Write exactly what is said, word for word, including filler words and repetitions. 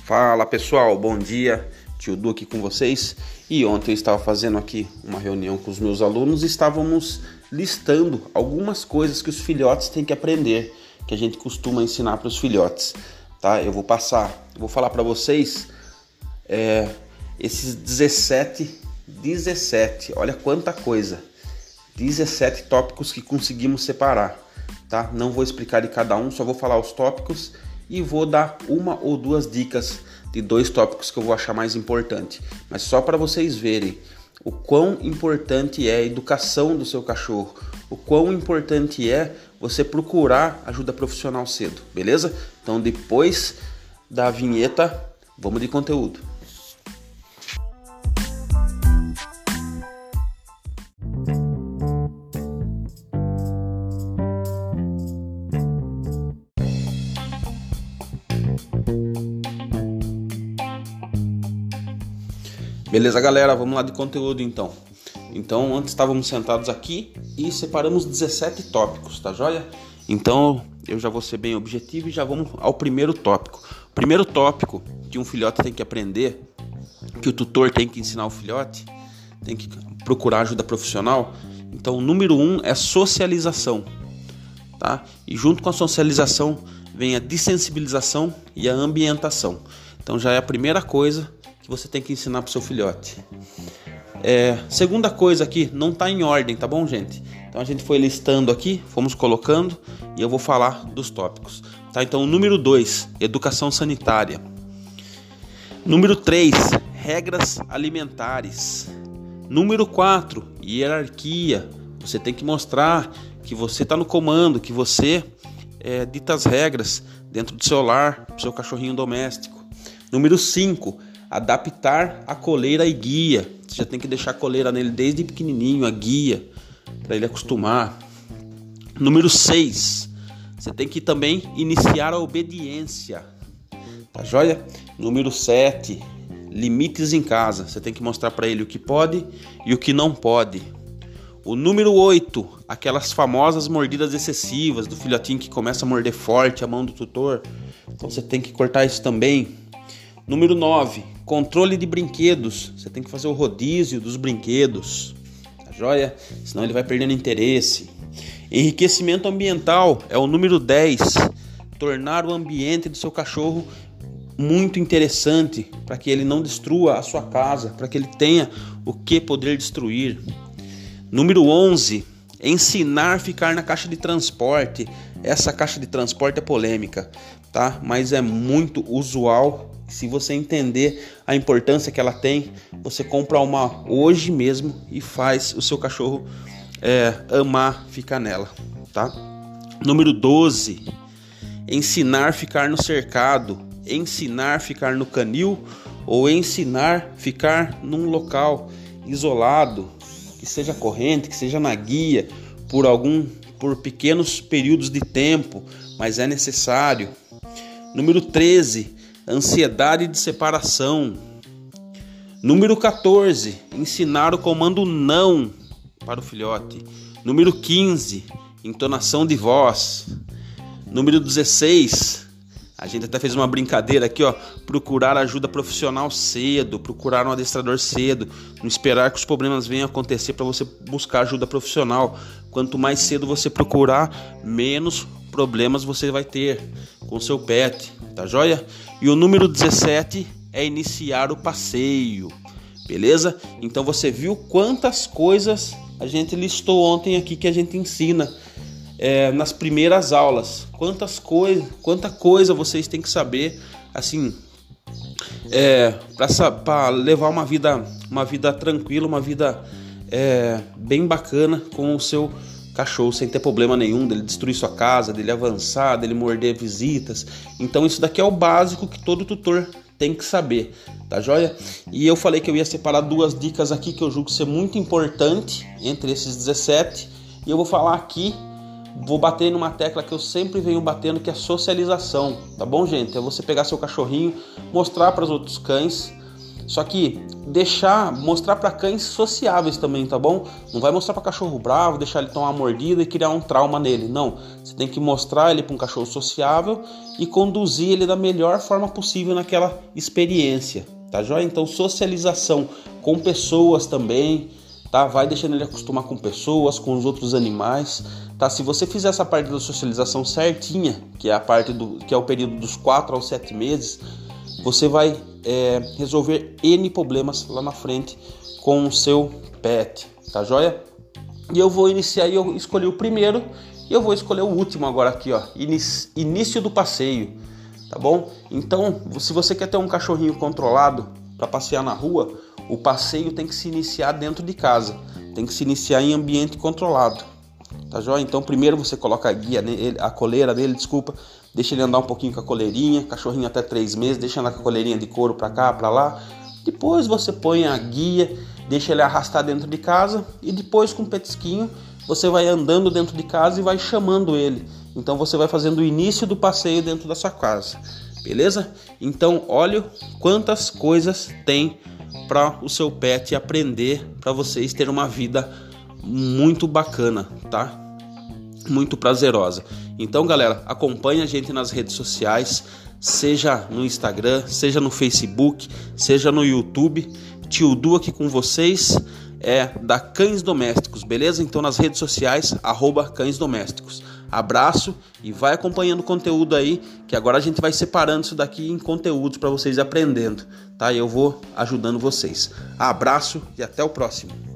Fala pessoal, bom dia, Tio Du aqui com vocês. E ontem eu estava fazendo aqui uma reunião com os meus alunos e estávamos listando algumas coisas que os filhotes têm que aprender, que a gente costuma ensinar para os filhotes, tá? Eu vou passar, eu vou falar para vocês é, esses dezessete, dezessete, olha quanta coisa, dezessete tópicos que conseguimos separar, tá? Não vou explicar de cada um, só vou falar os tópicos e vou dar uma ou duas dicas de dois tópicos que eu vou achar mais importante, mas só para vocês verem o quão importante é a educação do seu cachorro, o quão importante é você procurar ajuda profissional cedo, beleza? Então depois da vinheta, vamos de conteúdo. Beleza, galera? Vamos lá de conteúdo então. Então, antes estávamos sentados aqui e separamos dezessete tópicos, tá joia? Então, eu já vou ser bem objetivo e já vamos ao primeiro tópico. O primeiro tópico que um filhote tem que aprender, que o tutor tem que ensinar o filhote, tem que procurar ajuda profissional. Então, o número um é socialização, tá? E junto com a socialização vem a dessensibilização e a ambientação. Então, já é a primeira coisa que você tem que ensinar para o seu filhote. É, segunda coisa aqui, não está em ordem, tá bom, gente? Então a gente foi listando aqui, fomos colocando e eu vou falar dos tópicos, tá? Então, número dois, educação sanitária. Número três, regras alimentares. Número quatro, hierarquia. Você tem que mostrar que você está no comando, que você é, dita as regras dentro do seu lar, do seu cachorrinho doméstico. Número cinco, adaptar a coleira e guia. Você já tem que deixar a coleira nele desde pequenininho, a guia, para ele acostumar. Número seis, você tem que também iniciar a obediência, tá joia? Número sete, limites em casa. Você tem que mostrar para ele o que pode e o que não pode. O número oito, aquelas famosas mordidas excessivas do filhotinho que começa a morder forte a mão do tutor. Então você tem que cortar isso também. Número nove, controle de brinquedos. Você tem que fazer o rodízio dos brinquedos, tá joia? Senão ele vai perdendo interesse. Enriquecimento ambiental é o número dez. Tornar o ambiente do seu cachorro muito interessante, para que ele não destrua a sua casa, para que ele tenha o que poder destruir. Número onze, ensinar a ficar na caixa de transporte. Essa caixa de transporte é polêmica, tá? Mas é muito usual. Se você entender a importância que ela tem, você compra uma hoje mesmo e faz o seu cachorro é, amar ficar nela, tá? Número doze, ensinar a ficar no cercado, ensinar a ficar no canil ou ensinar a ficar num local isolado, que seja corrente, que seja na guia, por algum, por pequenos períodos de tempo, mas é necessário. Número treze, ansiedade de separação. Número quatorze, ensinar o comando não para o filhote. Número quinze, entonação de voz. Número dezesseis, a gente até fez uma brincadeira aqui, ó, procurar ajuda profissional cedo, procurar um adestrador cedo, não esperar que os problemas venham acontecer para você buscar ajuda profissional. Quanto mais cedo você procurar, menos problemas você vai ter com o seu pet, tá joia? E o número dezessete é iniciar o passeio, beleza? Então você viu quantas coisas a gente listou ontem aqui que a gente ensina é, nas primeiras aulas. Quantas coisas, quanta coisa vocês têm que saber, assim, é, para levar uma vida, uma vida tranquila, uma vida é, bem bacana com o seu cachorro, sem ter problema nenhum dele destruir sua casa, dele avançar, dele morder visitas. Então isso daqui é o básico que todo tutor tem que saber, tá joia? E eu falei que eu ia separar duas dicas aqui que eu julgo ser muito importante entre esses dezessete, e eu vou falar aqui, vou bater numa tecla que eu sempre venho batendo, que é socialização, tá bom, gente? É você pegar seu cachorrinho, mostrar para os outros cães Só que deixar, mostrar para cães sociáveis também, tá bom? Não vai mostrar para cachorro bravo, deixar ele tomar uma mordida e criar um trauma nele, não. Você tem que mostrar ele para um cachorro sociável e conduzir ele da melhor forma possível naquela experiência, tá joia? Então socialização com pessoas também, tá? Vai deixando ele acostumar com pessoas, com os outros animais, tá? Se você fizer essa parte da socialização certinha, que é a parte do, que é o período dos quatro aos sete meses, você vai é, resolver N problemas lá na frente com o seu pet, tá joia? E eu vou iniciar, eu escolhi o primeiro e eu vou escolher o último agora aqui, ó, Inici- início do passeio, tá bom? Então, se você quer ter um cachorrinho controlado para passear na rua, o passeio tem que se iniciar dentro de casa, tem que se iniciar em ambiente controlado, tá joia? Então, primeiro você coloca a guia, nele, a coleira dele, desculpa, deixa ele andar um pouquinho com a coleirinha, cachorrinho até três meses, deixa andar com a coleirinha de couro pra cá, pra lá. Depois você põe a guia, deixa ele arrastar dentro de casa e depois com o petisquinho você vai andando dentro de casa e vai chamando ele. Então você vai fazendo o início do passeio dentro da sua casa, beleza? Então olha quantas coisas tem para o seu pet aprender, para vocês terem uma vida muito bacana, tá? Muito prazerosa. Então, galera, acompanhe a gente nas redes sociais, seja no Instagram, seja no Facebook, seja no YouTube. Tio Du aqui com vocês, é da Cães Domésticos, beleza? Então, nas redes sociais, arroba Cães Domésticos. Abraço e vai acompanhando o conteúdo aí, que agora a gente vai separando isso daqui em conteúdos para vocês aprendendo, tá? E eu vou ajudando vocês. Abraço e até o próximo.